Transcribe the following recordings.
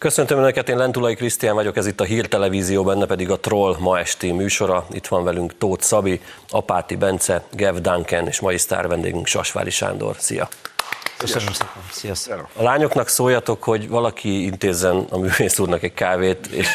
Köszöntöm Önöket, én Lentulai Krisztián vagyok, ez itt a Hírtelevízió, benne pedig a Troll ma esti műsora. Itt van velünk Tóth Szabi, Apáti Bence, Gev Duncan és mai sztár vendégünk Sasvári Sándor. Szia! Köszönöm szépen. Sziasztok. A lányoknak szóljatok, hogy valaki intézzen a művész úrnak egy kávét, és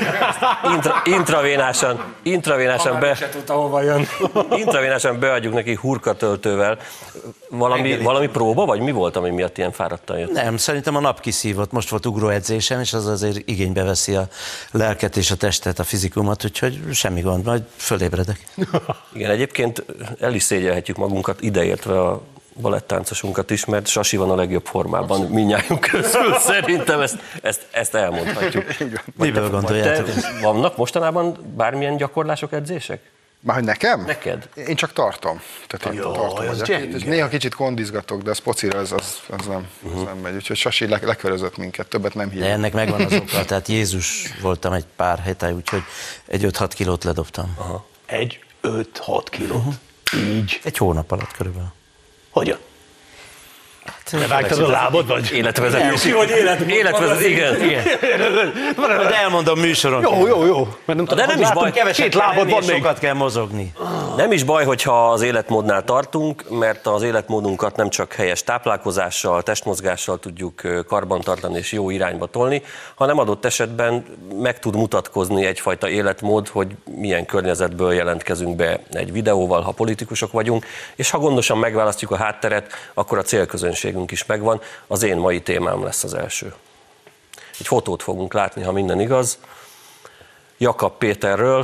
intravénásan beadjuk neki hurkatöltővel. Valami próba, vagy mi volt, ami miatt ilyen fáradtan jött? Nem, szerintem a nap kiszívott. Most volt ugróedzésem, és az azért igénybe veszi a lelket és a testet, a fizikumot, úgyhogy semmi gond, majd fölébredek. Igen, egyébként el is szégyelhetjük magunkat, ideértve a balettáncosunkat is, mert Sasi van a legjobb formában mindnyájunk közül. Szerintem ezt elmondhatjuk. Miből gondoljátok? Vannak mostanában bármilyen gyakorlások, edzések? Már nekem? Neked? Én csak tartom. Tehát én tartom. Néha kicsit kondizgatok, de az focira az nem megy. Úgyhogy Sasi lekörözött minket, többet nem hívjuk. De ennek megvan az oka, tehát Jézus voltam egy pár hete, úgyhogy egy 5-6 kilót ledobtam. Aha. 5-6 kilót? Így? Egy hónap alatt körülbelül. Hogyan? Levágtad a lábad, vagy? Életvezetés. Igen. De elmondom műsoron. Jó. De nem is baj. Két lábad van még. Sokat kell mozogni. Nem is baj, hogyha az életmódnál tartunk, mert az életmódunkat nem csak helyes táplálkozással, testmozgással tudjuk karbantartani és jó irányba tolni, hanem adott esetben meg tud mutatkozni egyfajta életmód, hogy milyen környezetből jelentkezünk be egy videóval, ha politikusok vagyunk, és ha gondosan megválasztjuk a hátteret, akkor a célközönségünk is megvan. Az én mai témám lesz az első. Egy fotót fogunk látni, ha minden igaz. Jakab Péterről,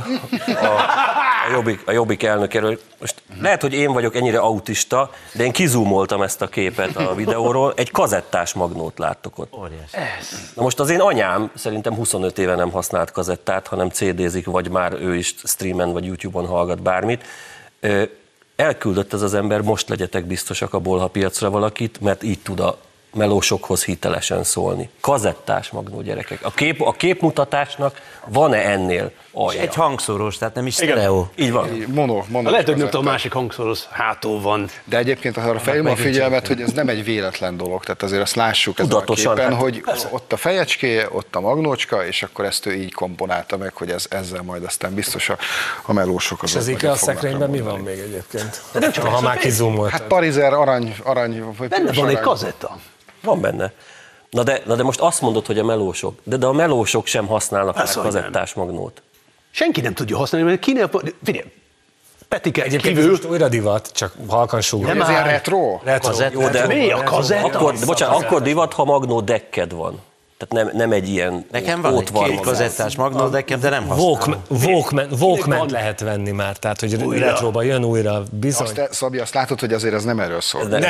a Jobbik elnökéről. Most lehet, hogy én vagyok ennyire autista, de én kizoomoltam ezt a képet a videóról. Egy kazettás magnót láttok ott. Na most az én anyám szerintem 25 éve nem használt kazettát, hanem CD-zik, vagy már ő is streamen, vagy YouTube-on hallgat bármit. Elküldött ez az ember, most legyetek biztosak a bolhapiacra valakit, mert így tud a melósokhoz hitelesen szólni. Kazettás magnó, gyerekek. A képmutatásnak van-e ennél alja? Egy hangszórós, tehát nem is sztereó. Így van. Mono Lehet, hogy nem tudom, a másik hangszoros hátul van. De egyébként arra felhívom a figyelmet, hogy ez nem egy véletlen dolog. Tehát azért azt lássuk ezen a képen, hogy ott a fejecskéje, ott a magnócska, és akkor ezt ő így komponálta meg, hogy ezzel majd aztán biztos a melósok azok. És az IKEA szekrényben mi van még egyébként? De nem csak ha már kizoomolt. Hát parizer, arany. Benne van egy kazetta. Van benne. Na de most azt mondod, hogy a melósok. De a melósok sem használnak már kazettás magnót. Senki nem tudja használni, mert kinél... Figyelj, Petike egyébként kívül... most újra divat, csak halkan súgol. Ez ilyen retro? Jó, de mi a kazetta? Akkor divat, ha magnó decked van. Tehát nem egy ilyen... Nekem van egy két kazettás magnódekkem, de nem használom. Walkman lehet venni már, tehát hogy retroba jön újra, bizony. Szabi, azt látod, hogy azért ez nem erről szól. Nem.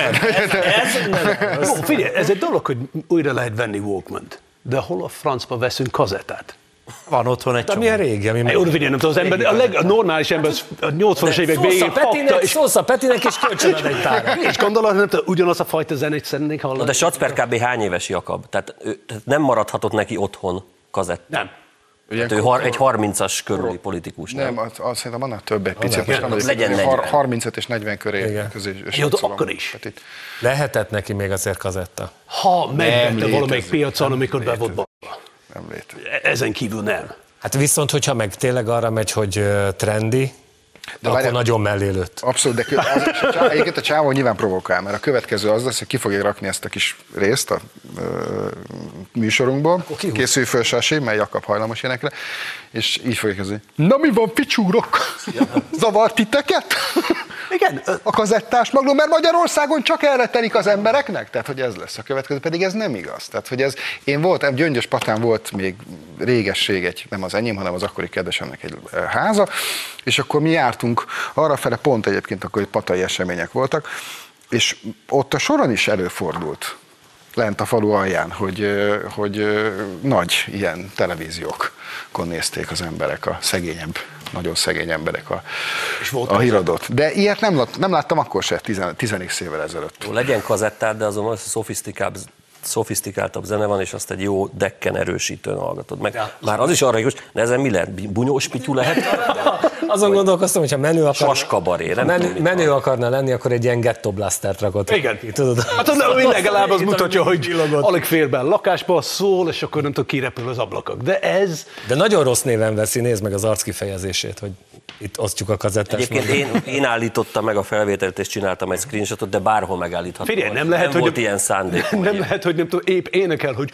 Figyelj, ez egy dolog, hogy újra lehet venni Walkman-t, de hol a francba veszünk kazettát? Van otthon egy De csomó. milyen régi, ami Jó, figyelj, nem tudom, az ember, a normális ember a 80-as évek végén fakta, és Szólsz a Petinek, és kölcsönöd egy párat. és gondolod, nem tudom, ugyanaz a fajta zenét szeretnék hallani. De Sacper kb. Hány éves Jakab? Tehát nem maradhatott neki otthon kazett. Nem. Hát ő egy 30-as körüli politikus. Nem, azt szerintem annál több egy picit. Most nem legyen 40. 35 és 40 köré közé. Jó, de akkor is. Lehetett neki még azért kazetta. Ha megvette valamelyik piacon, amikor be volt nem létezik. ezen kívül nem. Hát viszont, hogyha meg tényleg arra megy, hogy trendi, de akkor nagyon mellé lőtt. Abszolút, de egyébként a csávó nyilván provokál, mert a következő az lesz, hogy ki fogja rakni ezt a kis részt a műsorunkból. Készülj föl, Sasi, mert Jakab hajlamos ilyenekre, és így fogja kezdeni. Na mi van, picsúrok? Zavart titeket? Igen. A kazettás magnó, mert Magyarországon csak erre telik az embereknek? Tehát, hogy ez lesz a következő, pedig ez nem igaz. Tehát, hogy ez, én voltam, Gyöngyös Patán volt még régesség nem az enyém, hanem az akkori kedvesemnek egy háza, és akkor mi jártunk arrafele, pont egyébként akkor patai események voltak, és ott a soron is előfordult, lent a falu alján, hogy nagy ilyen televíziókon nézték az emberek, a szegényebb, nagyon szegény emberek a híradót. De ilyet nem láttam akkor se, 10 évvel ezelőtt. Jó, legyen kazettát, de azon az szofisztikáltabb zene van, és azt egy jó decken erősítőn hallgatod meg. Már az is arra igaz, de ezen mi lehet? Bunyós pityú lehet? Azon gondolkoztam, hogyha Saskabaré, nem tudom, mit menő van. akarna lenni, akkor egy ilyen ghetto blastert rakott. Igen. Ki, tudod? Hát az legalább az mutatja, hogy Csillogott. alig fér be a lakásba, szól, és akkor nem tudom, kirepül az ablakok. De ez... De nagyon rossz néven veszi, nézd meg az arckifejezését, hogy itt osztjuk a kazettás. Egyébként én állítottam meg a felvételt, és csináltam egy screenshotot, de bárhol megállíthatom. Figyelj, nem lehet, hogy... volt ilyen szándék. Nem lehet, hogy nem tudom, épp énekel, hogy...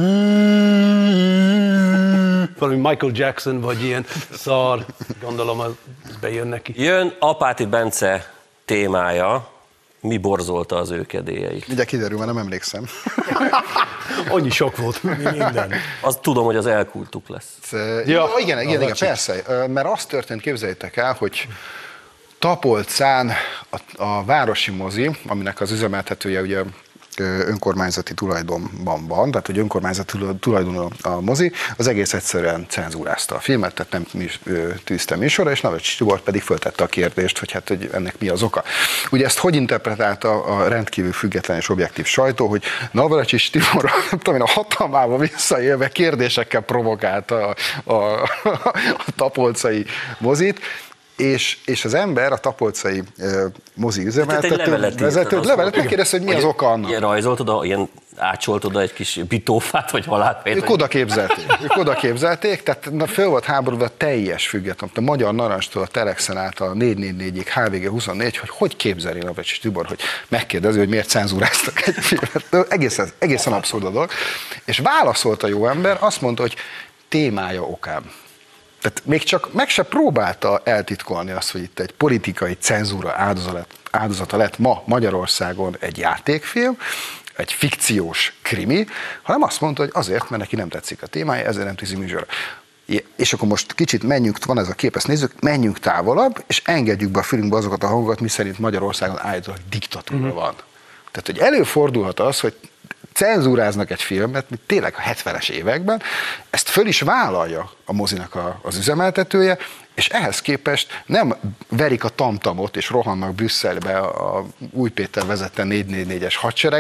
Valami Michael Jackson, vagy ilyen szar, gondolom, az bejön neki. Jön Apáti Bence témája, mi borzolta az ő kedélyeit. Ugye kiderül, mert nem emlékszem. Annyi sok volt. Minden. Azt tudom, hogy az elkultuk lesz. Ja, igen, persze. Mert az történt, képzeljétek el, hogy Tapolcán a városi mozi, aminek az üzemeltetője ugye önkormányzati tulajdonban van, tehát hogy önkormányzati tulajdonú a mozi, az egész egyszerűen cenzúrázta a filmet, tehát nem tűzte műsorra, és Navracsics Tibor pedig föltette a kérdést, hogy ennek mi az oka. Ugye ezt hogy interpretálta a rendkívül független és objektív sajtó, hogy Navracsics Tibor, nem tudom én, a hatalmába visszaélve kérdésekkel provokálta a tapolcai mozit, és az ember, a tapolcai mozi üzemeltető vezető, levelet megkérdezte, hogy mi az oka annak. Ilyen rajzoltad, ilyen ácsoltad egy kis bitófát, vagy halálfejt? Ők oda képzelték, tehát föl volt háborodva teljes független. A Magyar Narancstól a Telexen át a 444-ig, HVG24, hogy képzeli Navracsics Tibor, hogy megkérdezi, hogy miért cenzúráztak egy filmet. Egészen abszurd a dolog. És válaszolt a jó ember, azt mondta, hogy témája okán. Tehát még csak meg se próbálta eltitkolni azt, hogy itt egy politikai cenzúra áldozata lett ma Magyarországon egy játékfilm, egy fikciós krimi, hanem azt mondta, hogy azért, mert neki nem tetszik a témája, ezért nem tűzi műsorra. És akkor most kicsit menjünk, van ez a kép, ezt nézzük, menjünk távolabb, és engedjük be a fülünkbe azokat a hangokat, miszerint Magyarországon állítólag diktatúra van. Tehát, hogy előfordulhat az, hogy cenzúráznak egy filmet, tényleg a 70-es években, ezt föl is vállalja a mozinak az üzemeltetője, és ehhez képest nem verik a tamtamot, és rohannak Brüsszelbe a Új Péter vezette 444-es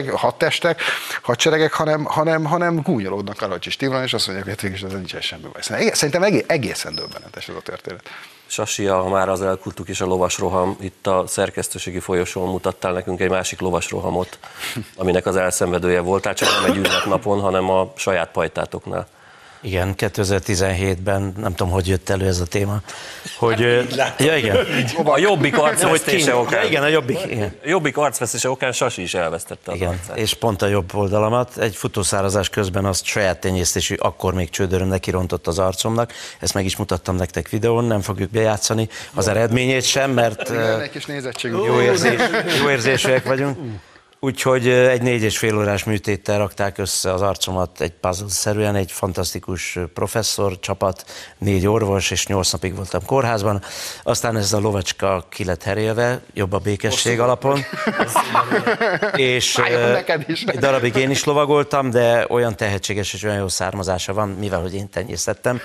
hadseregek, hanem gúnyolódnak Navracsics Tiboron, és azt mondják, hogy végül ez nincsen semmi baj. Szerintem egészen döbbenetes ez a történet. Sasi, ha már az elkultuk is a lovasroham, itt a szerkesztőségi folyosón mutattál nekünk egy másik lovasrohamot, aminek az elszenvedője voltál, csak nem egy ünnepnapon, hanem a saját pajtátoknál. Igen, 2017-ben, nem tudom, hogy jött elő ez a téma, hogy... Ja, igen. A Jobbik arcvesztése okán. Igen, a Jobbik, igen. Jobbik arcvesztése okán Sasi is elvesztette az Igen, arcát. és pont a jobb oldalamat. Egy futószárazás közben azt saját tenyésztésű, akkor még csődöröm nekirontott az arcomnak. Ezt meg is mutattam nektek videón, nem fogjuk bejátszani az eredményét sem, mert Egy kis nézettségű. jó érzésűek vagyunk. Úgyhogy egy 4,5 órás műtéttel rakták össze az arcomat egy puzzle-szerűen, egy fantasztikus professzor, csapat, 4 orvos, és 8 napig voltam kórházban. Aztán ez a lovacska ki lett herélve, jobb a békesség alapon. És egy darabig én is lovagoltam, de olyan tehetséges és olyan jó származása van, mivel hogy én tenyésztettem,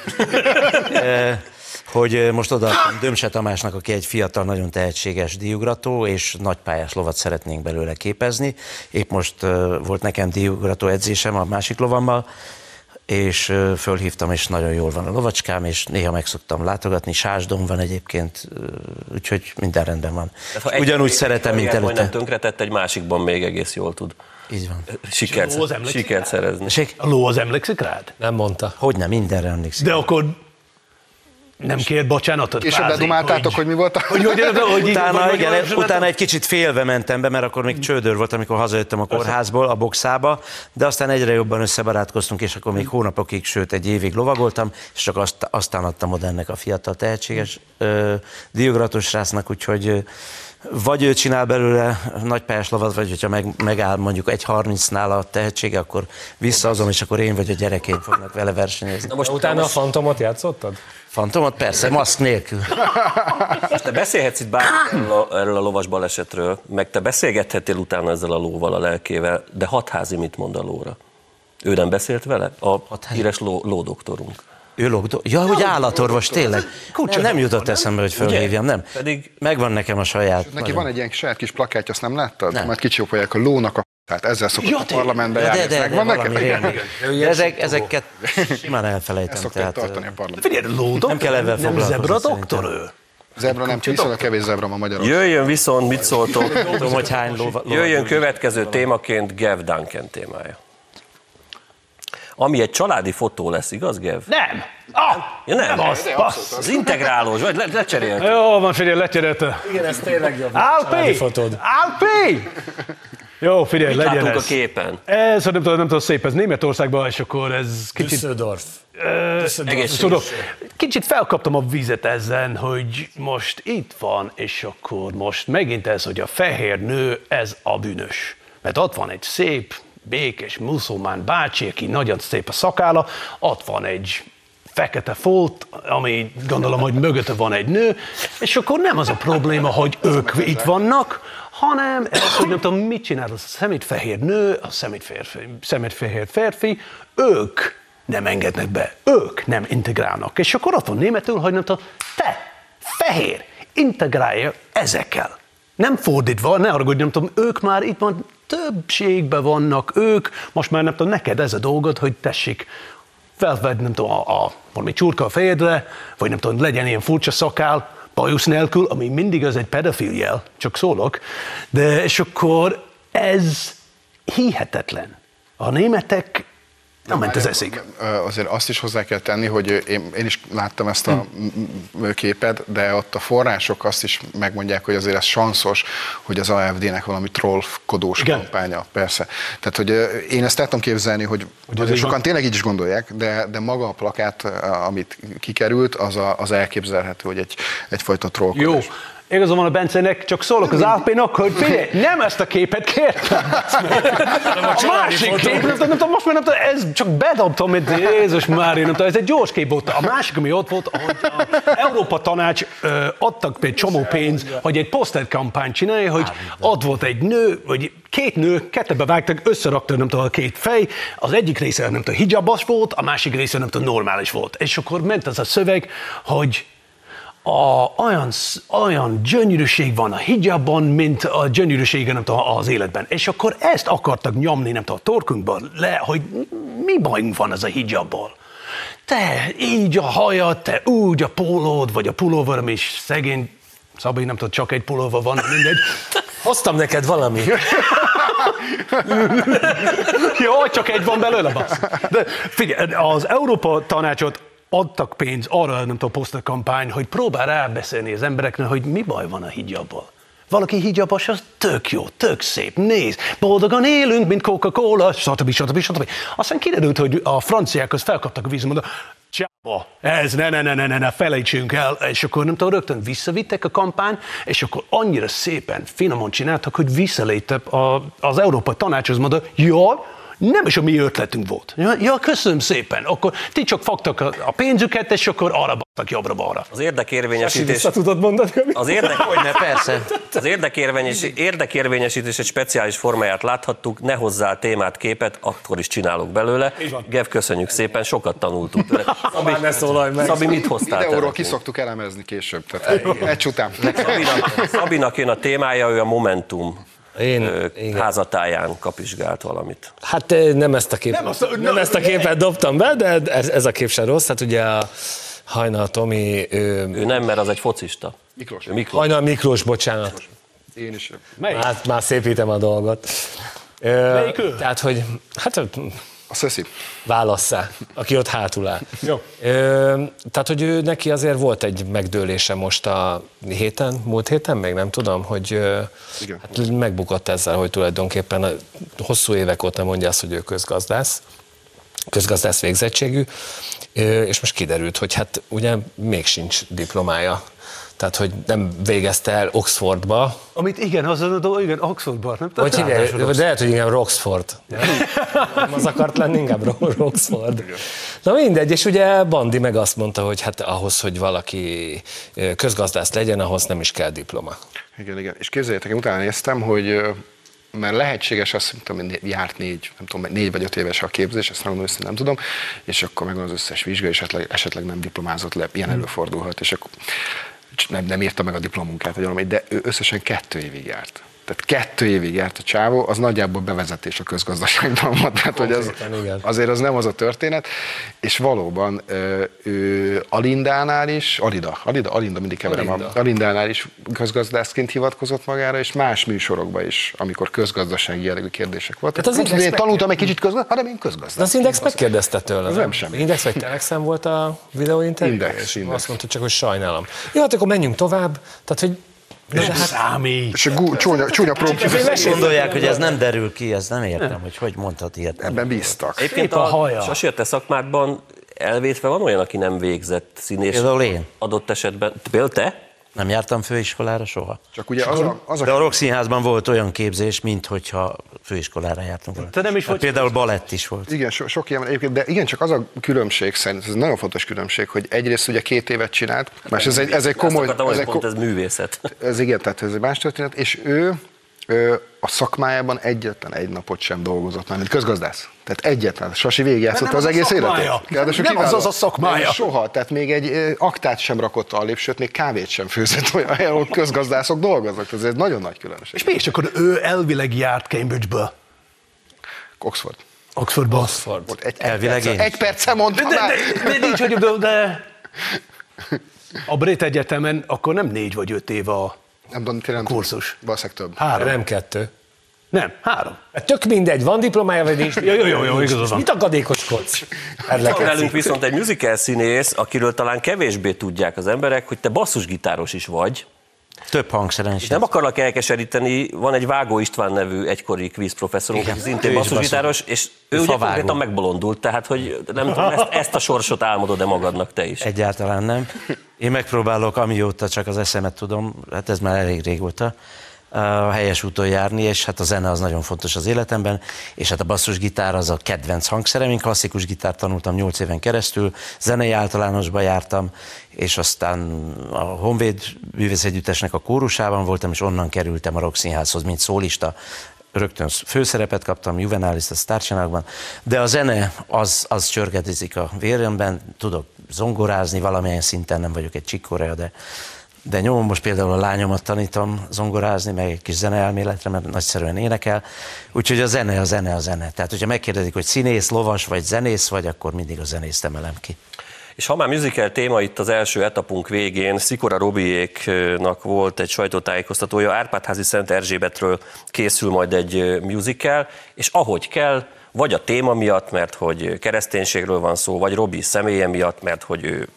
hogy most odaadtam Dömse Tamásnak, aki egy fiatal, nagyon tehetséges díjugrató, és nagypályás lovat szeretnénk belőle képezni. Épp most volt nekem díjugrató edzésem a másik lovammal, és fölhívtam, és nagyon jól van a lovacskám, és néha meg szoktam látogatni. Sásdom van egyébként, úgyhogy minden rendben van. Ugyanúgy szeretem, mint előtte. Majdnem tönkretett, egy másikban még egész jól tud. Így van. Sikert szerezni. A ló az emlékszik rád? Nem mondta. Hogyne, mindenre emlékszik. De akkor nem kért bocsánatot? És bedumáltátok, hogy mi volt a... Utána egy kicsit félve mentem be, mert akkor még csődör volt, amikor hazajöttem a kórházból, a boxába, de aztán egyre jobban összebarátkoztunk, és akkor még hónapokig, sőt egy évig lovagoltam, és csak aztán adtam oda ennek a fiatal tehetséges díjugratós srácnak, úgyhogy vagy ő csinál belőle nagypályás lovat, vagy hogyha megáll mondjuk 1.30-nál a tehetsége, akkor visszahozom, és akkor én vagy a gyerekeim fognak vele versenyezni. Most utána a Fantomot játszottad? Fantomot? Persze, maszk nélkül. Te beszélhetsz itt bármit erről a lovas balesetről, meg te beszélgethettél utána ezzel a lóval, a lelkével, de Hatházi mit mond a lóra? Ő nem beszélt vele? A híres lódoktorunk. Ő ja, hogy állatorvos, tényleg. Nem jutott eszembe, hogy fölhívjam, nem. Pedig megvan nekem a saját. Neki van egy ilyen saját kis plakátja, azt nem láttad? Nem. Majd kicsópolják a lónak a tehát ezzel szokott a parlamentbe járni. De Megvan neked? Ezeket simán elfelejtem. Ezt szokták tartani a parlamentben. Figyelj, lódoktor? Nem kell ebben foglalkozni. Zebra doktor ő? Zebra nem, viszonylag kevés zebra ma Magyarországon. Jöjjön viszont, mit szóltok? Tudom, hogy hány lova. Jöjjön következő témaként Gav Duncan témája. Ami egy családi fotó lesz, igaz, Gav? Nem! Ja, nem, az integrálós, vagy lecseréltük. Jó, van, figyelj, lecserélte. Igen, ez tényleg jobb. Alpi! Fotód. Alpi! Jó, figyelj, Mit legyen látunk ez. a képen? Ez, nem tudom, szép, ez Németországban, és akkor ez kicsit... Düsseldorf. Egészséges. Tudod, kicsit felkaptam a vizet ezen, hogy most itt van, és akkor most megint ez, hogy a fehér nő, ez a bűnös. Mert ott van egy szép, békés muszulmán bácsi, aki nagyon szép a szakála, ott van egy fekete folt, ami gondolom, hogy mögötte van egy nő, és akkor nem az a probléma, hogy ők itt vannak, hanem ez, hogy nem tudom, mit csinál az a szemétfehér nő, a szemétfehér férfi, ők nem engednek be, ők nem integrálnak. És akkor ott van németül, hogy nem tudom, te, fehér, integrálja ezekkel. Nem fordítva, ne haragudj, nem tudom, ők már itt van, többségben vannak ők, most már nem tudom, neked ez a dolgod, hogy tessék, felvedd, nem tudom, valami csurka a fejedre, vagy nem tudom, legyen ilyen furcsa szakál, bajusz nélkül, ami mindig az egy pedofil jel, csak szólok, de és akkor ez hihetetlen. A németek nem ment az eszik. Azért azt is hozzá kell tenni, hogy én is láttam ezt a képet, de ott a források azt is megmondják, hogy azért ez sanszos, hogy az AfD-nek valami trollkodós kampánya, persze. Tehát, hogy én ezt tudom képzelni, hogy sokan tényleg így is gondolják, de maga a plakát, amit kikerült, az elképzelhető, hogy egyfajta trollkodás. Jó. Igazán van a Bencenek, csak szólok az AP-nak, hogy figyelj, nem ezt a képet kértem. A másik kép, nem tudom, most már nem tudom, ez csak bedobtam, mint Jézus Mária, nem tudom, ez egy gyors kép volt. A másik, ami ott volt, hogy az Európa Tanács adtak egy csomó pénz, hogy egy poszterkampányt csinálja, hogy ott volt egy nő, vagy két nő, kettebe vágtak, összeraktak, nem tudom, a két fej, az egyik része, nem tudom, hijabos volt, a másik része, nem tudom, normális volt. És akkor ment az a szöveg, hogy olyan gyönyörűség van a hijabban, mint a gyönyörűsége nem tudom, az életben. És akkor ezt akartak nyomni nem tudom, a torkunkban le, hogy mi bajunk van ez a hijabból. Te így a hajad, te úgy a pólód, vagy a pulóverom is szegény. Szabi, nem tudom, csak egy pulóver van, mindegy. Hoztam neked valami. Jó, csak egy van belőle, basz. De figyelj, az Európa Tanácsot adtak pénzt arra, nem tudom, poszterkampány, hogy próbál rábeszélni az embereknek, hogy mi baj van a hijabból. Valaki hijabos, az tök jó, tök szép, nézd, boldogan élünk, mint Coca-Cola, stb. Aztán kiderült, hogy a franciákhoz felkaptak a vízumot, mondta, csába, ez ne, felejtsünk el, és akkor nem tudom, rögtön visszavittek a kampány, és akkor annyira szépen, finoman csináltak, hogy visszaléptek az Európai Tanácshoz, mondta, jó, nem is a mi ötletünk volt. Ja, köszönöm szépen. Akkor ti csak fogtak a pénzüket, és akkor arra baktak jobbra-balra. Az érdekérvényesítés... Vissza tudod mondani? Hogyne, persze. Az érdekérvényesítés egy speciális formáját láthattuk, ne hozzá témát, képet, akkor is csinálok belőle. Gev, köszönjük szépen, sokat tanultunk tőle. Szabi, mit hoztál? Videóról ki szoktuk elemezni később, tehát egy után. Szabinak jön a témája, ő a Momentum Igen. házatáján kapizsgált valamit. Hát nem ezt a képet dobtam be, de ez a kép sem rossz. Hát ugye a Hajnal Tomi... Ő nem, mert az egy focista. Miklós. Hajnal Miklós, bocsánat. Én is. Hát már szépítem a dolgot. Melyik ő? Tehát, hogy... Hát A Szöszi. válasszál, aki ott hátul áll. Jó. Tehát, hogy ő neki azért volt egy megdőlése most a múlt héten, még nem tudom, hogy hát megbukott ezzel, hogy tulajdonképpen hosszú évek óta mondja azt, hogy ő közgazdász végzettségű, és most kiderült, hogy hát ugye még sincs diplomája. Tehát, hogy nem végezte el Oxfordba. Amit igen, igen, Oxfordban, nem? Hogy hívják, de lehet, hogy inkább Roxford. Nem az akart lenni, inkább Roxford. Na mindegy, és ugye Bandi meg azt mondta, hogy hát ahhoz, hogy valaki közgazdász legyen, ahhoz nem is kell diploma. Igen. És képzeljétek, én utána néztem, hogy mert lehetséges azt, hogy járt 4 vagy 5 éves a képzés, ezt nem tudom, és akkor megvan az összes vizsga, és esetleg nem diplomázott le, ilyen előfordulhat, és akkor nem írta meg a diplomunkát, vagy valami, de ő összesen 2 évig járt. Tehát 2 évig járt a csávó, az nagyjából bevezetés a közgazdaságban volt, tehát hogy ez, azért az nem az a történet, és valóban ő Alindánál is, Alinda, mindig keverem, Alindánál is közgazdászként hivatkozott magára, és más műsorokban is, amikor közgazdasági jellegű kérdések voltak. Hát az én tanultam egy kicsit hanem én közgazdász. De az Index megkérdezte tőle. Nem semmi. Index vagy Telexen volt a videóinterjú? Index. Azt mondta csak, hogy sajnálom. Jó, hát akkor menjünk tovább. Tehát, hogy Nem számít. És a csúnya Gondolják, hogy ez nem derül ki, ez nem értem, hogy mondhat ilyet. ebben bíztak. Egyébként Szép a haja. Sasi, a te szakmádban elvétve van olyan, aki nem végzett színés Például én. adott esetben. Például te? Nem jártam főiskolára soha. Csak ugye De a Rokszínházban volt olyan képzés, mint hogyha főiskolára jártunk volna. Te nem is vagy Például balett is volt. Igen, sok ilyen, egyébként, de igen, csak az a különbség szerint, ez egy nagyon fontos különbség, hogy egyrészt ugye 2 évet csinált, más ez egy komoly, ez művészet. ez igen, tehát ez egy más történet, és ő a szakmájában egyetlen egy napot sem dolgozott már, mint közgazdász. Tehát egyetlen. Sasi végigjátszotta az egész életét. Nem az a szakmája. Soha, tehát még egy aktát sem rakott alép, sőt, még kávét sem főzött olyan helyen, ahol közgazdászok dolgoznak. Ez egy nagyon nagy különbség. És mégis akkor ő elvileg járt Cambridge-be. Oxfordba. Elvileg én is. Egy perce mondtam már. De nincs, hogy de a Brit Egyetemen akkor nem 4 vagy 5 év a Nem tudom, tényleg kurzus. valószínűleg több. 3. nem 2. Nem, 3. Tök mindegy, van diplomája, vagy nincs. Jó, igazad van. Mit akadékoskodsz? Van velünk viszont egy musical színész, akiről talán kevésbé tudják az emberek, hogy te basszusgitáros is vagy. Több hangszeren is. Nem akarlak elkeseríteni, van egy Vágó István nevű egykori kvízprofesszorunk, aki szintén ő is basszusgitáros, és ő ugye Favágó. konkrétan megbolondult, tehát hogy nem tudom, ezt a sorsot álmodod-e magadnak te is? Egyáltalán nem. Én megpróbálok, amióta csak az eszemet tudom, hát ez már elég régóta, a helyes úton járni, és hát a zene az nagyon fontos az életemben, és hát a basszusgitár az a kedvenc hangszerem, én klasszikus gitárt tanultam 8 éven keresztül, zenei általánosba jártam, és aztán a Honvéd Művészegyüttesnek a kórusában voltam, és onnan kerültem a Rokszínházhoz, mint szólista. Rögtön főszerepet kaptam, Juvenalis a sztárcsinálokban, de a zene az csörgedezik a véremben, tudok zongorázni valamilyen szinten, nem vagyok egy Chick-Corea, de nyomom, most például a lányomat tanítom zongorázni, meg egy kis zeneelméletre, mert nagyszerűen énekel. Úgyhogy a zene. Tehát, hogyha megkérdezik, hogy színész, lovas vagy zenész vagy, akkor mindig a zenészt emelem ki. És ha már musical téma itt az első etapunk végén, Szikora Robiéknak volt egy sajtótájékoztatója, Árpád-házi Szent Erzsébetről készül majd egy musical, és ahogy kell, vagy a téma miatt, mert hogy kereszténységről van szó, vagy Robi személye miatt, mert hogy ő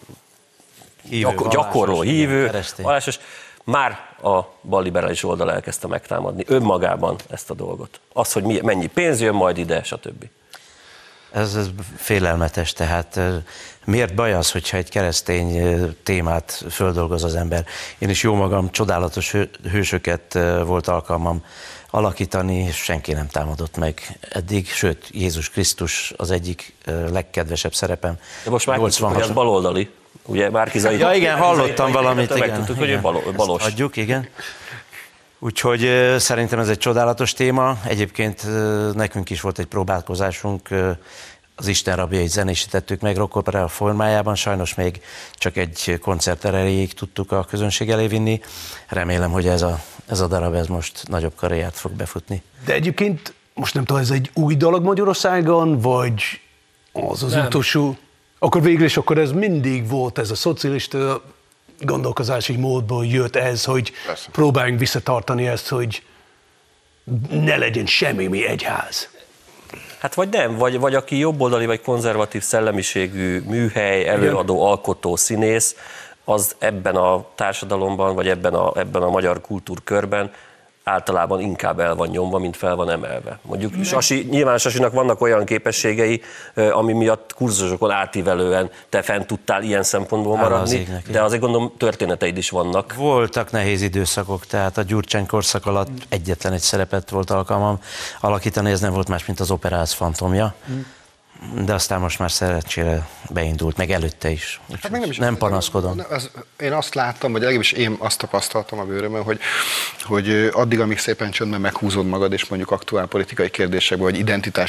gyakorló, hívő, vallásos, már a balliberális oldal elkezdte megtámadni önmagában ezt a dolgot. Az, hogy mennyi pénz jön majd ide, stb. Ez félelmetes, tehát miért baj az, hogyha egy keresztény témát földolgoz az ember? Én is jó magam csodálatos hősöket volt alkalmam alakítani, és senki nem támadott meg eddig, sőt, Jézus Krisztus az egyik legkedvesebb szerepem. De most már tudjuk, hogy ez baloldali. Ugye Márki-Zay. Ja igen, hallottam valamit, igen. Megtudtuk, hogy ő balos. Adjuk, igen. Úgyhogy szerintem ez egy csodálatos téma. Egyébként nekünk is volt egy próbálkozásunk, az Isten rabjait zenésítettük meg rockopera formájában, sajnos még csak egy koncert erejéig tudtuk a közönség elé vinni. Remélem, hogy ez a darab ez most nagyobb karriert fog befutni. De egyébként most nem tudom, ez egy új dolog Magyarországon, vagy az utolsó? Akkor végül is akkor ez mindig volt, ez a szocialista gondolkozási módból jött ez, hogy próbáljunk visszatartani ezt, hogy ne legyen semmi egyház. Hát vagy nem, vagy aki jobboldali vagy konzervatív szellemiségű műhely, előadó, alkotó, színész, az ebben a társadalomban, vagy ebben a magyar kultúrkörben általában inkább el van nyomva, mint fel van emelve. Mondjuk nyilván Sasinak vannak olyan képességei, ami miatt kurzusokon átívelően te fent tudtál ilyen szempontból maradni, de azért gondolom történeteid is vannak. Voltak nehéz időszakok, tehát a Gyurcsány korszak alatt egyetlen egy szerepet volt alkalmam alakítani, ez nem volt más, mint az Operaház fantomja. De aztán most már szerencsére beindult, meg előtte is. Hát nem panaszkodom. Én azt láttam, vagy legalábbis én azt tapasztaltam a bőrömön, hogy addig, amíg szépen csöndben meghúzod magad, és mondjuk aktuálpolitikai kérdésekben, vagy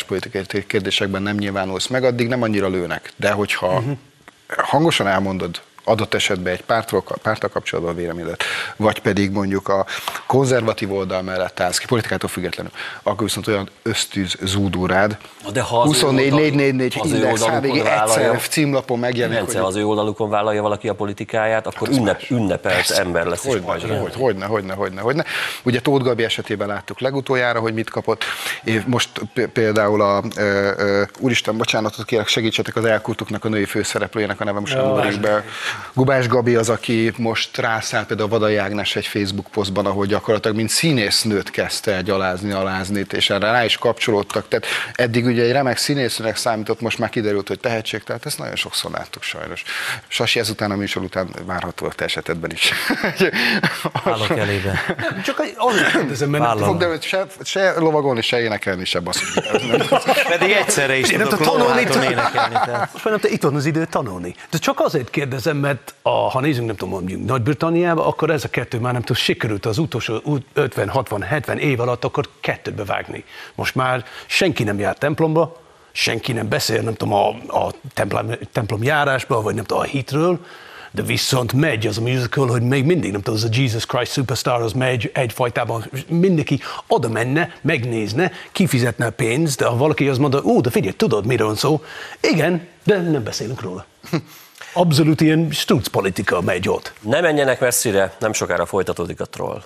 identitáspolitikai kérdésekben nem nyilvánulsz meg, addig nem annyira lőnek. De hogyha hangosan elmondod adott esetben egy párttal kapcsolatban véleményedet, vagy pedig mondjuk a konzervatív oldal mellett állsz ki, politikától függetlenül, akkor viszont olyan ösztűz zúdul rád. De ha 24, 444 Index, HVG egyszer címlapon megjelenik. Bence, az ő oldalukon vállalja valaki a politikáját, akkor ünnepelt ember lesz. Hogyne. Ugye Tóth Gabi esetében láttuk legutoljára, hogy mit kapott. És most például úristen, bocsánatot kérek, segítsetek, az Elkurtuknak a női főszereplőjének a neve most nem ugrik be. Gubás Gabi az, aki most rászállt például a Vadai Ágnes egy Facebook posztban, ahol gyakorlatilag mint színésznőt kezdte el alázni, és erre rá is kapcsolódtak. Tehát eddig ugye egy remek színésznőnek számított, most már kiderült, hogy tehetség, tehát ezt nagyon sokszor láttuk sajnos. Sasi, ezután a műsor után várható a te esetedben is. Állok elébe. Csak azért kérdezem, mert nem fog se lovagolni, se énekelni, se basszus. Pedig egyszerre is tudok lovaháton énekelni. Most már itt van az idő tanulni. De csak azért kérdezem, mert ha nézzünk, nem tudom, mondjuk Nagy-Britanniába, akkor ez a kettő már nem tudom, sikerült az utolsó 50, 60, 70 év alatt akkor kettőbe vágni. Most már senki nem jár templomba, senki nem beszél, nem tudom, a templom járásba, vagy nem tudom, a hitről, de viszont megy az a musical, hogy még mindig, nem tudom, az a Jesus Christ Superstar, az megy egyfajtában, mindenki oda menne, megnézne, kifizetne a pénzt, de ha valaki azt mondja, de figyelj, tudod, miről van szó? Igen, de nem beszélünk róla. Abszolút ilyen struc politika megy ott. Ne menjenek messzire, nem sokára folytatódik a troll.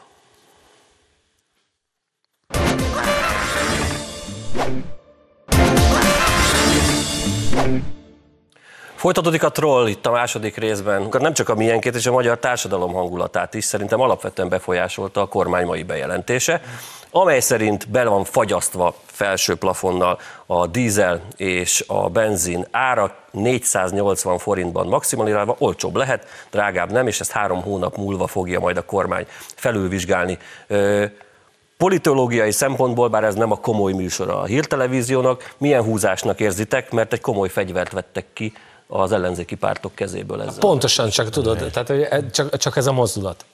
Folytatódik a troll itt a második részben. Nem csak a miénkét és a magyar társadalom hangulatát is szerintem alapvetően befolyásolta a kormány mai bejelentése, amely szerint be van fagyasztva felső plafonnal a dízel és a benzin ára 480 forintban maximalizálva, olcsóbb lehet, drágább nem, és ezt 3 hónap múlva fogja majd a kormány felülvizsgálni. Politológiai szempontból, bár ez nem a komoly műsora a hírtelevíziónak, milyen húzásnak érzitek, mert egy komoly fegyvert vettek ki az ellenzéki pártok kezéből ezzel. Pontosan, csak tudod, tehát csak ez a mozdulat.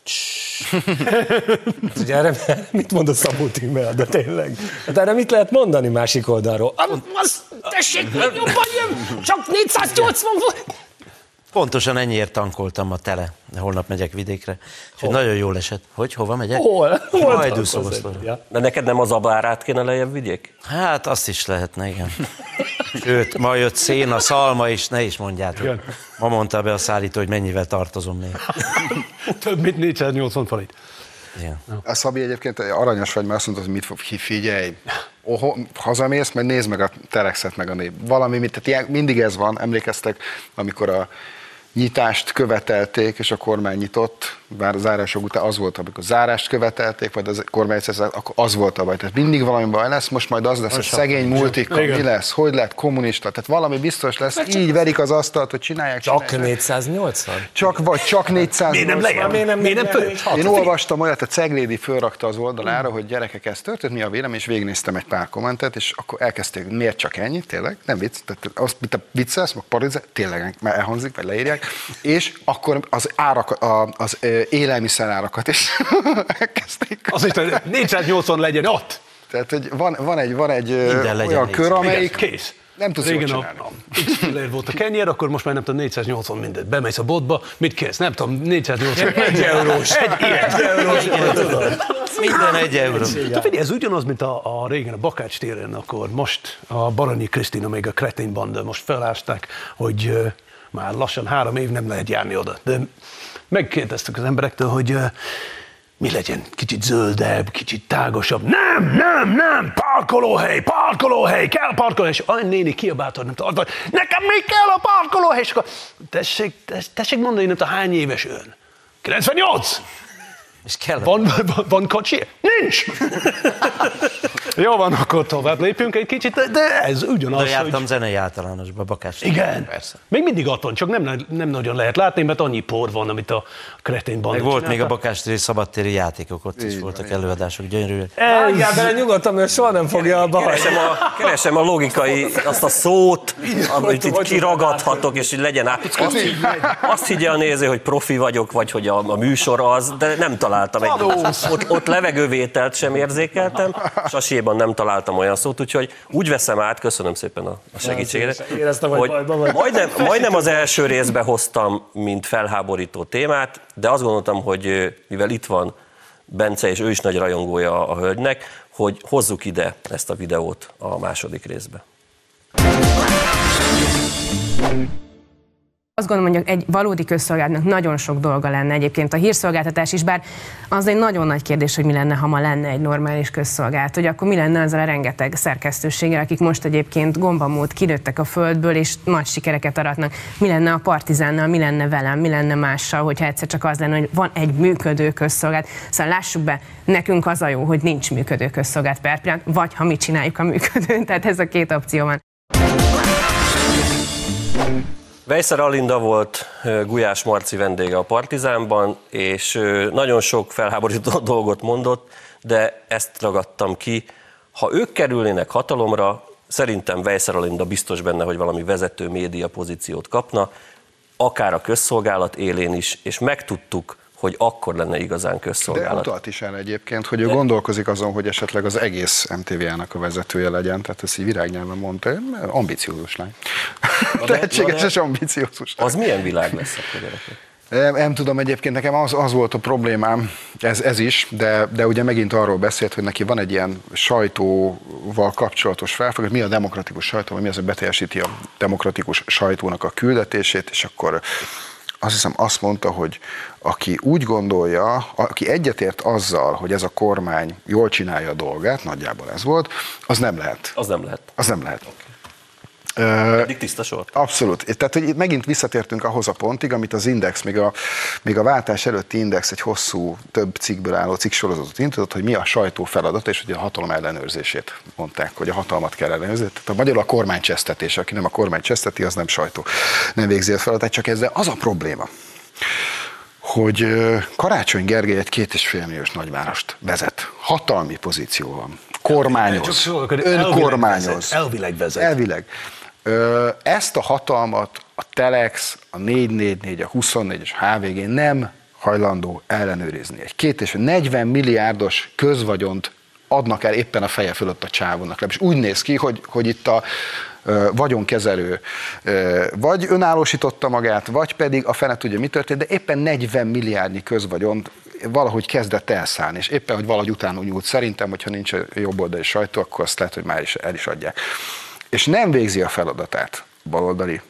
Ugye erre mit mond a Szabó Tímea, de tényleg? Hát erre mit lehet mondani másik oldalról? Tessék, jobban jön, csak 480 volt. Pontosan ennyiért tankoltam ma tele. Holnap megyek vidékre. És nagyon jól esett. Hova megyek? Hol Hajdúszoboszlóra. De neked nem az abárát kéne lejjebb vigyék? Hát azt is lehetne, igen. Sőt, ma jött szén, a szalma is, ne is mondjátok. Igen. Ma mondta be a szállító, hogy mennyivel tartozom még. Több mint 480 forint. Igen. A Szabi egyébként aranyos vagy, mert azt mondta, hogy mit fog, figyelj, hazamész, majd nézd meg a Telexet, meg a nép. Valami, tehát mindig ez van, emlékeztek, amikor a nyitást követelték, és a kormány nyitott, bár a zárások után az volt, amikor zárást követelték, vagy a kormány akkor az volt a baj. Tehát mindig valami baj lesz, most majd az lesz, hogy szegény multikkal, mi lesz, hogy lett kommunista, tehát valami biztos lesz, így verik az asztalt, hogy csinálják. Csak 480? Csak 480. Miért nem föl? Én olvastam olyat, a Ceglédi fölrakta az oldalára, hogy gyerekek, ez történt, mi a vélemény, és végignéztem egy pár kommentet, és akkor elkezdték, miért csak ennyi, tényleg, nem vicc, tehát azt, mint a viccelsz, meg parizál, tényleg, mert elhangzik, vagy leírják, és akkor az árak, az élelmiszerárakat is elkezdték. Azért 480 legyen ott. Tehát, hogy van egy olyan kör, kész. amelyik Kész. nem tudsz jól csinálni. X volt a kenyér, akkor most már nem tudom, 480 mindet. Bemész a boltba, mit kérsz? Nem tudom, 480. 1 eurós. 1 eurós. Minden 1 euró. Te figyelj, ez ugyanaz, mint a régen a Bakács téren, akkor most a Baranyi Krisztina, még a Kretén banda most felásták, hogy már lassan 3 év nem lehet járni oda. De megkérdeztük az emberektől, hogy mi legyen, kicsit zöldebb, kicsit tágosabb. Nem, parkolóhely, kell parkolóhely. És a néni kiabálta, nem tudom, nekem még kell a parkolóhely. És akkor tessék mondani, nem tudom, hány éves ön? 98! És kell. Van kocsi? Nincs! Jó van, akkor tovább lépünk egy kicsit, de ez ugyanaz, De jártam zenei általánosba, Bakács. Igen, persze. Még mindig ott van, csak nem nagyon lehet látni, mert annyi por van, amit a Kretén banda Meg volt csinálta. még a Bakács-téri szabadtéri játékok, ott is voltak előadások, gyönyörűek. Vágjál bele nyugodtan, mert soha nem fogja abba hagyni. Keresem a logikai, azt a szót, amit itt kiragadhatok, és így legyen át. Azt higgye a néző, hogy profi vagyok, vagy hogy a műsor az, de nem találom találtam. Ott levegővételt sem érzékeltem, Sasiéban nem találtam olyan szót, úgyhogy úgy veszem át, köszönöm szépen a segítséget, Éreztem, hogy bajban vagy. majdnem az első részbe hoztam, mint felháborító témát, de azt gondoltam, hogy mivel itt van Bence, és ő is nagy rajongója a hölgynek, hogy hozzuk ide ezt a videót a második részbe. Azt gondolom, hogy egy valódi közszolgálatnak nagyon sok dolga lenne egyébként a hírszolgáltatás is, bár az egy nagyon nagy kérdés, hogy mi lenne, ha ma lenne egy normális közszolgálat, hogy akkor mi lenne azzal a rengeteg szerkesztőséggel, akik most egyébként gombamód kilőttek a földből, és nagy sikereket aratnak. Mi lenne a Partizánnal, mi lenne velem, mi lenne mással, hogyha egyszer csak az lenne, hogy van egy működő közszolgálat. Szóval lássuk be, nekünk az a jó, hogy nincs működő közszolgálat per pillanat, vagy ha mi csináljuk a működőn, tehát ez a két opció van. Weisser Alinda volt Gulyás Marci vendége a Partizánban, és nagyon sok felháborító dolgot mondott, de ezt ragadtam ki. Ha ők kerülnének hatalomra, szerintem Weisser Alinda biztos benne, hogy valami vezető média pozíciót kapna, akár a közszolgálat élén is, és megtudtuk, hogy akkor lenne igazán közszolgálat. De utalt is el egyébként, hogy ő gondolkozik azon, hogy esetleg az egész MTV-nak a vezetője legyen, tehát ezt így virágnyelven mondta, ambiciózus lány. Tehetséges és ambiciózus lány. Az milyen világ lesz akkor, gyerekek? Nem tudom, egyébként nekem az volt a problémám, ez is, de ugye megint arról beszélt, hogy neki van egy ilyen sajtóval kapcsolatos felfogás, mi a demokratikus sajtó, mi az, hogy beteljesíti a demokratikus sajtónak a küldetését, és akkor azt hiszem azt mondta, hogy aki úgy gondolja, aki egyetért azzal, hogy ez a kormány jól csinálja a dolgát, nagyjából ez volt, az nem lehet. Az nem lehet. Az nem lehet. Eddig tiszta sor. Abszolút. Tehát, hogy megint visszatértünk ahhoz a pontig, amit az Index, még a váltás előtti Index egy hosszú, több cikkből álló cikksorozatot indított, hogy mi a sajtó feladata, és hogy a hatalom ellenőrzését mondták, hogy a hatalmat kell ellenőrizni. Tehát magyarul a kormány csesztetés, aki nem a kormány cseszteti, az nem sajtó. Nem végzi a feladatát, csak ezzel az a probléma, hogy Karácsony Gergely egy 2,5 milliós nagyvárost vezet. Hatalmi pozíció van. Kormányoz. Önkormányoz. Elvileg vezet. Elvileg. Ezt a hatalmat a Telex, a 444, a 24 és a HVG nem hajlandó ellenőrizni. Egy 40 milliárdos közvagyont adnak el éppen a feje fölött a csávónak. És úgy néz ki, hogy itt a vagyonkezelő vagy önállósította magát, vagy pedig a fene tudja, mi történt, de éppen 40 milliárdnyi közvagyont valahogy kezdett elszállni, és éppen, hogy valahogy utána nyúlt. Szerintem, hogyha nincs jobboldali sajtó, akkor azt lehet, hogy már is el is adják. És nem végzi a feladatát baloldali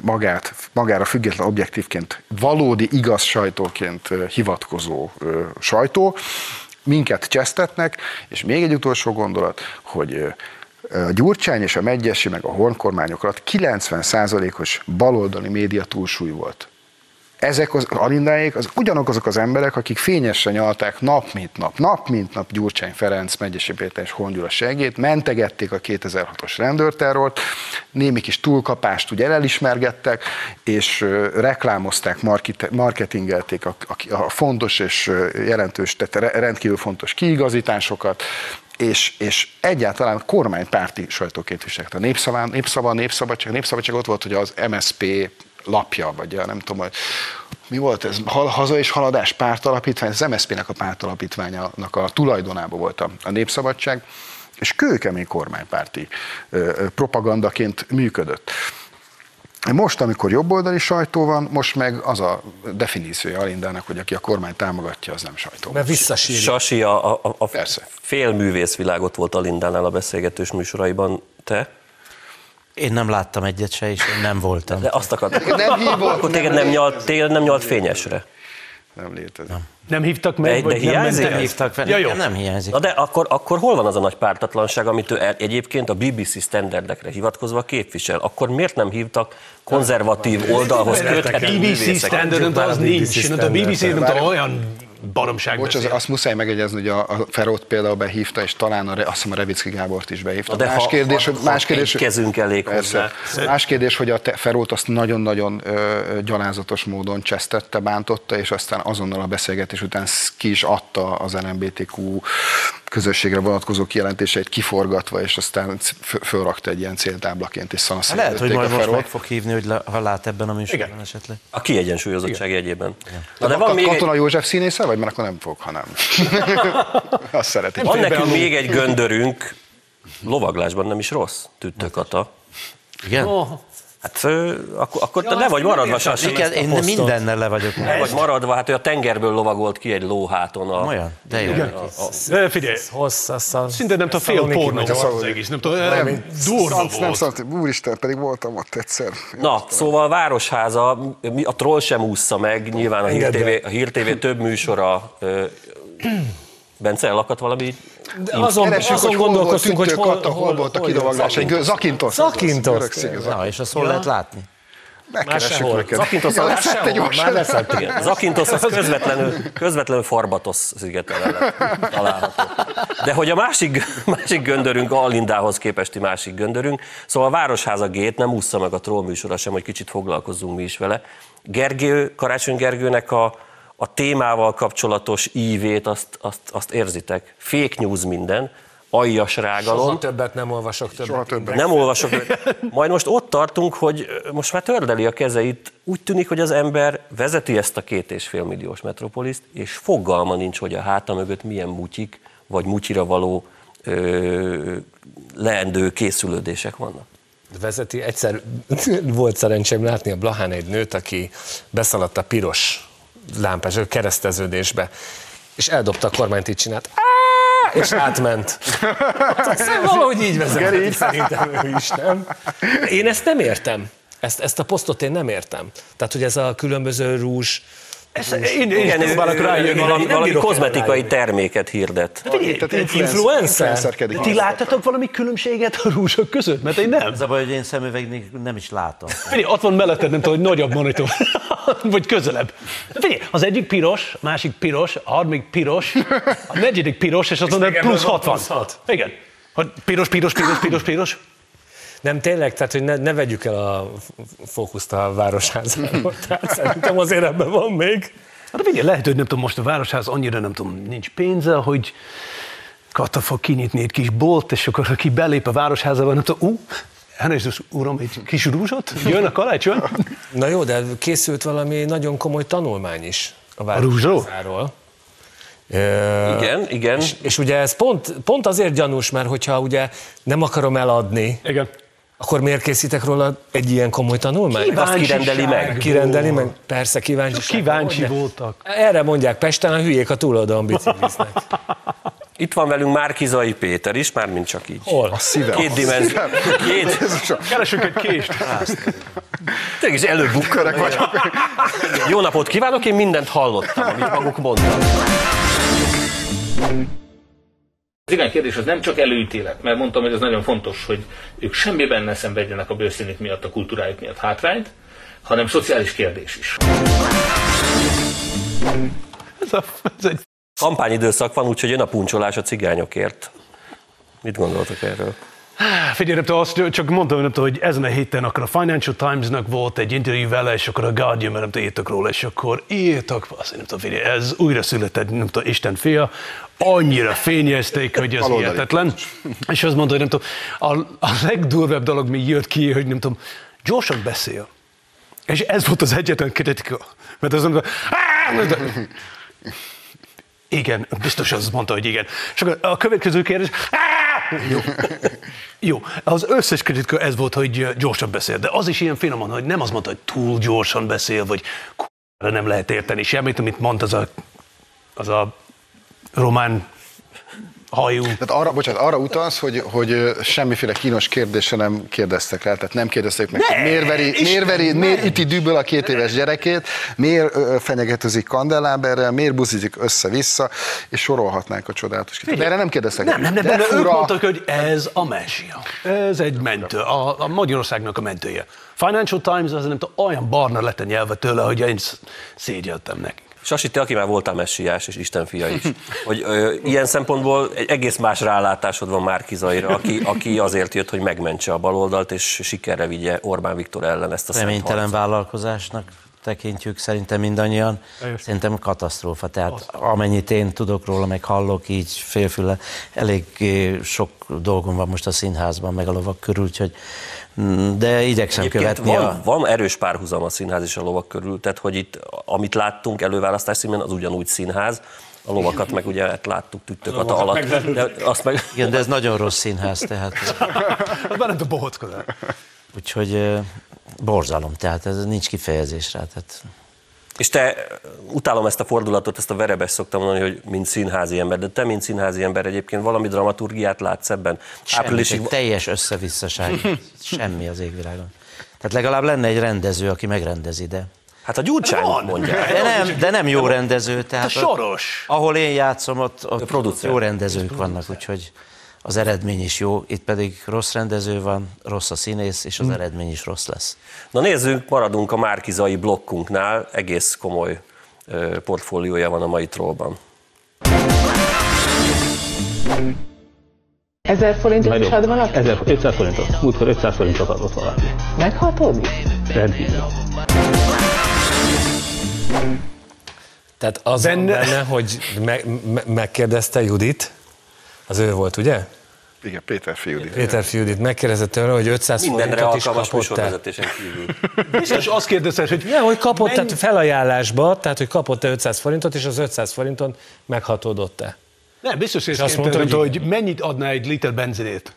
magára független objektívként, valódi igaz sajtóként hivatkozó sajtó, minket csesztetnek, és még egy utolsó gondolat, hogy a Gyurcsány és a Medgyessy meg a Horn kormányok alatt 90%-os baloldali média túlsúly volt. Ezek az Alindáék ugyanazok az emberek, akik fényesen nyalták nap mint nap Gyurcsány Ferenc, Medgyessy Péter és Horn Gyula segélyét, mentegették a 2006-os rendőrterrort, némi kis túlkapást ugye elismergettek, és reklámozták, marketingelték a fontos és jelentős, tehát rendkívül fontos kiigazításokat, és egyáltalán kormánypárti sajtóként viselkedtek. A Népszabadság ott volt, hogy az MSZP lapja, vagy nem tudom, hogy mi volt ez, Haza és Haladás pártalapítvány, az MSZP-nek a pártalapítványának a tulajdonában volt a Népszabadság, és kőkemény kormánypárti propagandaként működött. Most, amikor jobboldali sajtó van, most meg az a definíciója Alindának, hogy aki a kormány támogatja, az nem sajtó. Mert visszasírja. Sasi, a fél művészvilágot volt Alindánál a beszélgetős műsoraiban, te? Én nem láttam egyet se, és én nem voltam. De azt akartam. Nem hívott. Akkor téged nem nyalt fényesre. Nem létezik. Nem hívtak meg, De hiányzik? Nem hívtak fel, Ja, jó. nem hiányzik. Na de akkor hol van az a nagy pártatlanság, amit ő egyébként a BBC standardekre hivatkozva képvisel? Akkor miért nem hívtak konzervatív oldalhoz köthető BBC művészeket? standard, az nincs. A BBC nem tudom, olyan baromság Bocs, beszél. azt muszáj megegyezni, hogy a Ferót például behívta, és talán azt hiszem a Revicki Gábort is behívta. De más kérdés, kezünk elég hozzá. Más kérdés, hogy a Ferót azt nagyon-nagyon gyalázatos módon csesztette, bántotta, és aztán azonnal a beszélgetés után ki is adta az LMBTQ közösségre vonatkozó kijelentéseit kiforgatva, és aztán fölrakta egy ilyen céltáblaként, és szanaszél. Lehet, hogy majd most meg fog hívni, hogy ha lát ebben a műsorban esetleg. A kiegyensúlyozottság jegyében. Na, de van még Katona József színészel, vagy? Mert akkor nem fog, ha nem. Azt szeretik. Van nekünk még egy göndörünk, lovaglásban nem is rossz, Tüttő Kata. Igen? Hát akkor te le vagy maradva, Sasi. Én mindennel le vagyok. Le vagy maradva, hát ő a tengerből lovagolt ki egy lóháton. Olyan? De jó. Figyelj, Hosszasszal. szinte nem tudom, fél pornó volt az egész, nem tudom, durva volt. Úristen, pedig voltam ott egyszer. Na, szóval Városháza, a Troll sem ússza meg, nyilván a Hír TV több műsora. Bence, elakadt valami? Azon gondolkoztunk, hogy hol volt a kilovaglás. Zakintos. Na, és azt hol lehet látni? Megkeressük neked. Zakintos már leszett. Zakintos az közvetlenül Farbatos szigeten található. De hogy a másik göndörünk, Alindához képesti másik göndörünk, szóval a Városháza Gét nem ússza meg a Troll műsora sem, hogy kicsit foglalkozzunk mi is vele. Karácsony Gergőnek a témával kapcsolatos ívét, azt érzitek. Fake news minden, aljas rágalom. Soha többet nem olvasok többet. Nem olvasok. Majd most ott tartunk, hogy most már tördeli a kezeit. Úgy tűnik, hogy az ember vezeti ezt a 2,5 milliós metropoliszt, és fogalma nincs, hogy a háta mögött milyen mutyik, vagy mutyira való leendő készülődések vannak. Vezeti. Egyszer volt szerencsém látni a Blahán egy nőt, aki beszaladt a piros lámpás kereszteződésbe, és eldobta a kormányt, így csinált, és átment. Szóval valahogy így vezet, szerintem ő is, nem? Én ezt nem értem. Ezt a posztot én nem értem. Tehát, hogy ez a különböző rúzs, Én próbálok rájönni. Valami kozmetikai terméket hirdet. Influencer? Ti láttatok valami különbséget a rúzsok között? Mert én nem. Az a baj, hogy én szemüveg nem is látom. Figyelj, ott van melletted, nem tudom, hogy nagyobb monitor. Vagy közelebb. Figyelj, az egyik piros, a másik piros, a harmadik piros, a negyedik piros, és azt mondod, plusz 60. Igen. Piros. Nem tényleg, tehát hogy ne vegyük el a fókuszt a Városházáról. Tehát szerintem azért ebben van még. Hát figyelj, lehet, hogy nem tudom, most a Városház annyira nem tudom, nincs pénze, hogy Kata fog kinyitni egy kis bolt, és akkor aki belép a Városházába, nem tudom, Jézus Uram, egy kis rúzsot? Jön a karácsony? Na jó, de készült valami nagyon komoly tanulmány is a Városházáról. Igen. És ugye ez pont azért gyanús, mert hogyha ugye nem akarom eladni, igen, akkor miért készítek róla egy ilyen komoly tanulmányt? Azt kirendeli meg. Persze, kíváncsi voltak. Erre mondják Pesten, a hülyék a túloldalon bicikliznek. Itt van velünk Márki-Zay Péter is, mármint csak így. Hol? A szívem. Két dimenzió. Keresünk egy kést. Tényleg is előbukkanak vagyok. Jó napot kívánok, én mindent hallottam, amit maguk mondtak. Az igen kérdés az nem csak előítélet, mert mondtam, hogy ez nagyon fontos, hogy ők semmiben ne szenvedjenek a bőrszínük miatt, a kultúrájuk miatt hátrányt, hanem szociális kérdés is. Ez egy Kampányidőszak van, úgyhogy jön a puncsolás a cigányokért. Mit gondoltok erről? Figyelj, nem tudom, azt csak mondtam, nem tudom, hogy ezen a héten akkor a Financial Times-nak volt egy interjú vele, és akkor a Guardian, mert nem tudom, írtak róla, és akkor írtak, azt nem tudom, figyelj, ez újra született, nem tudom, Isten fia, annyira fényezték, hogy ez hihetetlen. És azt mondta, hogy nem tudom, a legdurvább dolog mi jött ki, hogy nem tudom, gyorsan beszél. És ez volt az egyetlen kritika. Mert azt mondta, igen, biztos az mondta, hogy igen. És akkor a következő kérdés, jó, az összes kritika ez volt, hogy gyorsan beszél, de az is ilyen finoman, hogy nem azt mondta, hogy túl gyorsan beszél, vagy nem lehet érteni semmit, amit mondta az a román hajú. Tehát arra utalsz, hogy semmiféle kínos kérdésre nem kérdeztek rá, tehát nem kérdezték meg, hogy miért üti düböl a 2 éves gyerekét, miért fenyegetőzik kandelláberrel, miért buzizik össze-vissza, és sorolhatnánk a csodálatos kérdést. Erre nem kérdeztek. Nem, ők mondtak, hogy ez a mesia. Ez egy mentő, a Magyarországnak a mentője. Financial Times az nem tudom, olyan barna lett a nyelve tőle, hogy én szégyeltem neki. Sasi, te, aki már voltál messiás és istenfia is, hogy ilyen szempontból egy egész más rálátásod van Márki-Zayra, aki azért jött, hogy megmentse a baloldalt, és sikerre vigye Orbán Viktor ellen ezt a szent reménytelen harcot. vállalkozásnak tekintjük szerintem mindannyian, szerintem katasztrófa. Tehát amennyit én tudok róla, meg hallok így félfüle, elég sok dolgom van most a színházban, meg a lovak körül, úgyhogy de igyekszem követni. Van erős párhuzam a színház és a lovak körül, tehát hogy itt, amit láttunk előválasztás színben, az ugyanúgy színház, a lovakat meg ugye láttuk Tüttőkata alatt. Igen, de ez nagyon rossz színház, tehát... Az már nem a bohockodás. Úgyhogy borzalom, tehát ez nincs kifejezés rá. Tehát... És te, utálom ezt a fordulatot, ezt a Verebes szoktam mondani, hogy mint színházi ember, de te, mint színházi ember egyébként valami dramaturgiát látsz ebben? Semmi, egy teljes összevisszaság, semmi az égvilágon. Tehát legalább lenne egy rendező, aki megrendezi, de... Hát a Gyurcsány mondja. De nem jó rendező, tehát... A Soros! Ahol én játszom, ott jó rendezők vannak, úgyhogy az eredmény is jó, itt pedig rossz rendező van, rossz a színész, és az eredmény is rossz lesz. Na nézzünk, maradunk a márkizai blokkunknál, egész komoly portfóliója van a mai Trollban. 1000 forintot is ad valaki? 500 forintot. Múltkor 500 forintot adott valaki. Meghatódik? Rendkívül. Tehát az benne, hogy megkérdezte Judit, az ő volt, ugye? Igen, Péterfi Judit. Péterfi Judit megkérdezett tőle, hogy 500 Mindenre forintot is alkalmas kapott-e. műsorvezetésen kívül. Biztos azt kérdezted, hogy Ja, hogy kapott, tehát felajánlásba, tehát hogy kapott-e 500 forintot, és az 500 forinton meghatódott-e. nem, biztos, hogy azt mondta, hogy mennyit adná egy liter benzinét.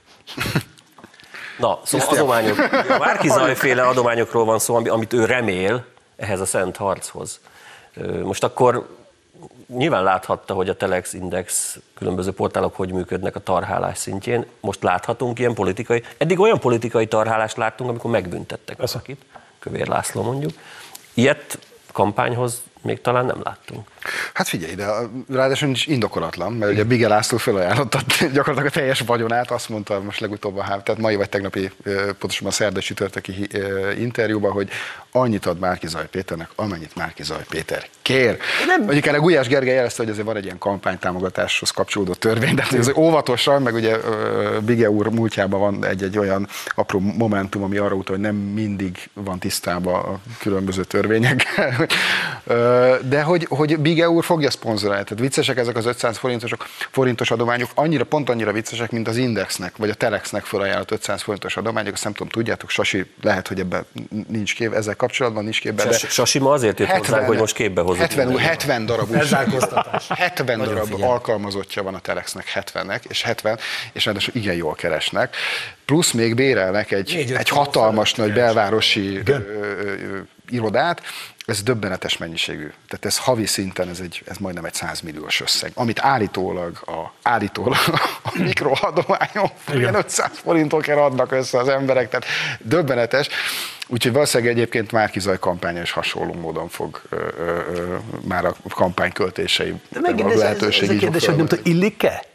Na, szóval adományok, a Márki-Zay-féle adományokról van szó, amit ő remél ehhez a szent harchoz. Most akkor nyilván láthatta, hogy a Telex Index különböző portálok hogy működnek a tarhálás szintjén. Most láthatunk ilyen eddig olyan politikai tarhálást láttunk, amikor megbüntettek valakit, Kövér László mondjuk. Ilyet kampányhoz még talán nem láttunk. Hát figyelj, de ráadásul is indokolatlan, mert ugye Bige László felajánlotta gyakorlatilag a teljes vagyonát, azt mondta most legutóbb tehát mai vagy tegnapi, pontosabban a szerdai csütörtöki interjúban, hogy annyit ad Márki-Zay Péternek, amennyit Márki-Zay Péter kér. Mondjuk erre Gulyás Gergely jelezte, hogy azért van egy ilyen kampánytámogatáshoz kapcsolódó törvény, de azért óvatosan, meg ugye Bige úr múltjában van egy olyan apró momentum, ami arra utal, hogy nem mindig van tisztában a különböző törvényekkel. De hogy Bige úr fogja szponzorálni. Tehát viccesek ezek az 500 forintos adományok, pont annyira viccesek, mint az Indexnek, vagy a Telexnek felajánlott 500 forintos adományok. Azt nem tudom, tudjátok, Sasi, lehet, hogy ebben nincs kép, ezzel kapcsolatban nincs képben. Sasi ma azért jött hozzánk, hogy most képbe hozott. 70 darab 70 darab alkalmazottja van a Telexnek, 70-nek, és ráadásul igen jól keresnek. Plusz még bérelnek egy hatalmas nagy belvárosi irodát, ez döbbenetes mennyiségű. Tehát ez havi szinten, ez majdnem egy 100 milliós összeg, amit állítólag a mikroadományok 500 forintokért adnak össze az emberek, tehát döbbenetes. Úgyhogy valószínűleg egyébként Márki-Zay kampánya is hasonló módon fog már a kampányköltései lehetőség. Ez a kérdés, hogy nem tudom, illik-e?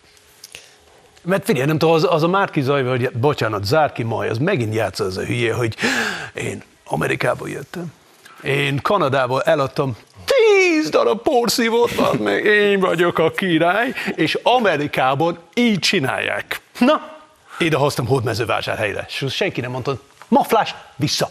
Mert figyelj, nem tudom, az a Márki-Zay, vagy bocsánat, Zárki Maj, az megint játsza az a hülye, hogy én Amerikából jöttem. Én Kanadából eladtam 10 darab porszívót, van meg, én vagyok a király, és Amerikában így csinálják. Na, ide hoztam Hódmezővásárhelyre, és senki nem mondta, maflás, vissza.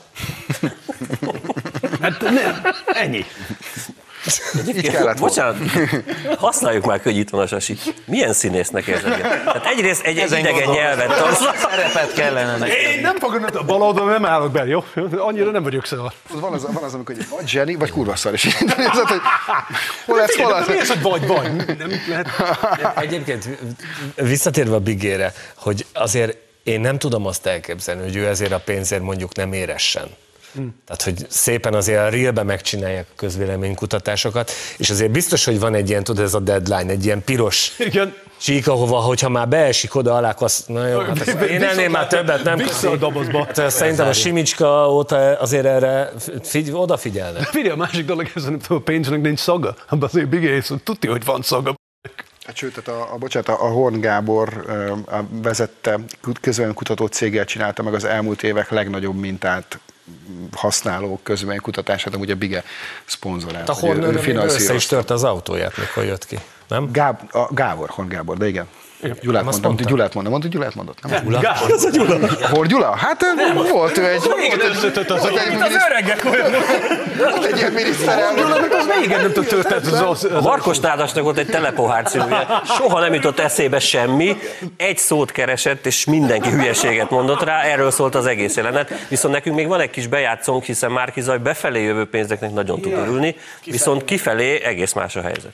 Hát nem, ennyi. Bocsánat, használjuk már, hogy itt van a Sasi. Milyen színésznek érzed? Tehát egyrészt egy idegen nyelvet tanul. Szerepet kellene neki. Én nem fogom, a bal oldalon nem állok be, jó? Annyira nem vagyok szar. Van az, amikor vagy zseni, vagy kurva szar is. Hol az? Mi az, hogy vagy? Nem lehet. Egyébként visszatérve a Bigére, hogy azért én nem tudom azt elképzelni, hogy ő ezért a pénzért mondjuk nem éressen. Tehát, hogy szépen azért a Reelbe megcsinálják a közvéleménykutatásokat, és azért biztos, hogy van egy ilyen, tudod, ez a deadline, egy ilyen piros csík, ahova, hogyha már beesik oda alá, azt, na jó, hát én ennél már többet nem. Vissza a dobozba. Szerintem a Simicska óta azért erre odafigyelne. Figyelj, a másik dolog, ez a pénznek nincs szaga. Abban azért Bigész, tudja, hogy van szaga. Hát sőt, a Horn Gábor vezette közvéleménykutató céggel csinálta meg az elmúlt évek legnagyobb mintát használó közvéleménykutatását, amúgy a Bige szponzorál. A Horn össze is tört az autóját, mikor jött ki, nem? Horn Gábor, de igen. Gyulát mondtam, Gyulát mondott. Nem, Az a Gyula. Hol Gyula? Hát volt ő egy... Az öregek olyan. Egy ilyen miniszterelnök. Az végén nem tud történet. A Markos Nádasnak volt egy Telepohár című, soha nem jutott eszébe semmi, egy szót keresett, és mindenki hülyeséget mondott rá, erről szólt az egész jelenet. Viszont nekünk még van egy kis bejátszónk, hiszen Márki Zaj befelé jövő pénzeknek nagyon tud örülni, viszont kifelé egész más a helyzet.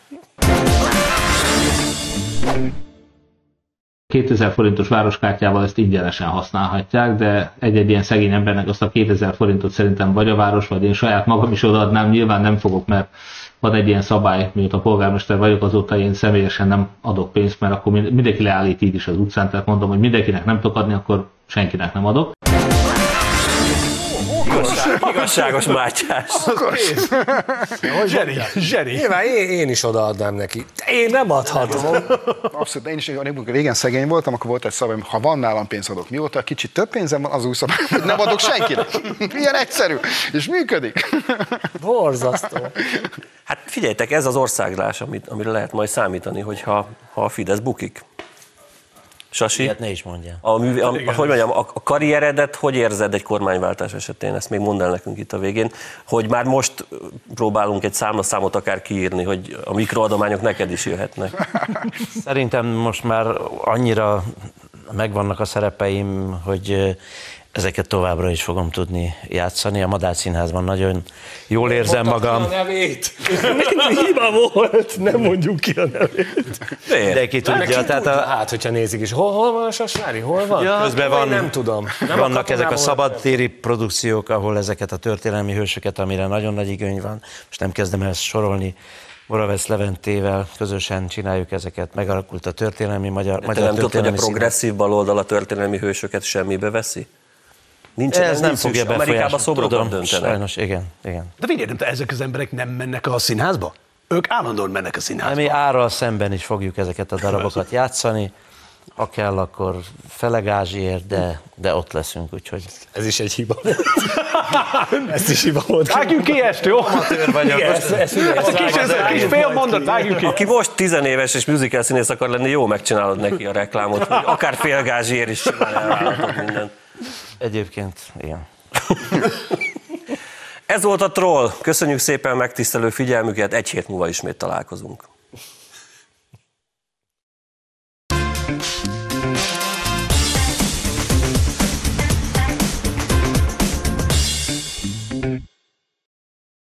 2000 forintos városkártyával ezt ingyenesen használhatják, de egy-egy ilyen szegény embernek azt a 2000 forintot szerintem vagy a város, vagy én saját magam is odaadnám, nyilván nem fogok, mert van egy ilyen szabály, mióta polgármester vagyok, azóta én személyesen nem adok pénzt, mert akkor mindenki leállít így is az utcán, tehát mondom, hogy mindenkinek nem tudok adni, akkor senkinek nem adok. Igazságos Mátyás. Zseni. Nyilván én is odaadnám neki. Én nem adhatom. Abszolút, én is régen szegény voltam, akkor volt egy szabály, ha van nálam pénz, adok. Mióta kicsit több pénzem van, az új szabály, hogy nem adok senkinek. Ilyen egyszerű, és működik. Borzasztó. Hát figyeljetek, ez az országlás, amire lehet majd számítani, hogyha a Fidesz bukik. Sasi? Ilyet ne is mondjál. Hogy mondjam, a karrieredet hogy érzed egy kormányváltás esetén? Ezt még mondd el nekünk itt a végén, hogy már most próbálunk egy számlaszámot akár kiírni, hogy a mikroadományok neked is jöhetnek. Szerintem most már annyira megvannak a szerepeim, hogy ezeket továbbra is fogom tudni játszani. A Madách Színházban nagyon jól érzem magam. A nevét. Hiba volt, nem mondjuk ki a nevét. Mindenki tudja. Hát, hogyha nézik is. Hol van a Sasvári? Hol van? Ja, közben van, nem tudom. Nem vannak ezek a szabadtéri produkciók, ahol ezeket a történelmi hősöket, amire nagyon nagy igény van, most nem kezdem el sorolni, Moravec Leventével közösen csináljuk ezeket, megalakult a történelmi magyar történelmi. Nem tudod, hogy a progresszív Színház. baloldal a történelmi hősöket semmibe veszi? Ez nem fogja befolyásolni. Amerikában szobrokat Tudom, döntenek. sajnos, igen. De figyelj, ezek az emberek nem mennek a színházba? Ők állandóan mennek a színházba. Mi árral szemben is fogjuk ezeket a darabokat játszani. Ha kell, akkor fele gázsiért, de ott leszünk, úgyhogy... Ez is egy hiba volt. Ez is hiba volt. Vágjunk ki ezt, jó? Amatőr vagyok. Ez a kis fél mondat, vágjunk ki. Aki most 10 éves és musical színész akar lenni, jó megcsinálod neki a reklámot, hogy akár fél gázsiért is simán elvállalhatod mindent. Egyébként, igen. Ez volt a Troll. Köszönjük szépen megtisztelő figyelmüket, egy hét múlva ismét találkozunk.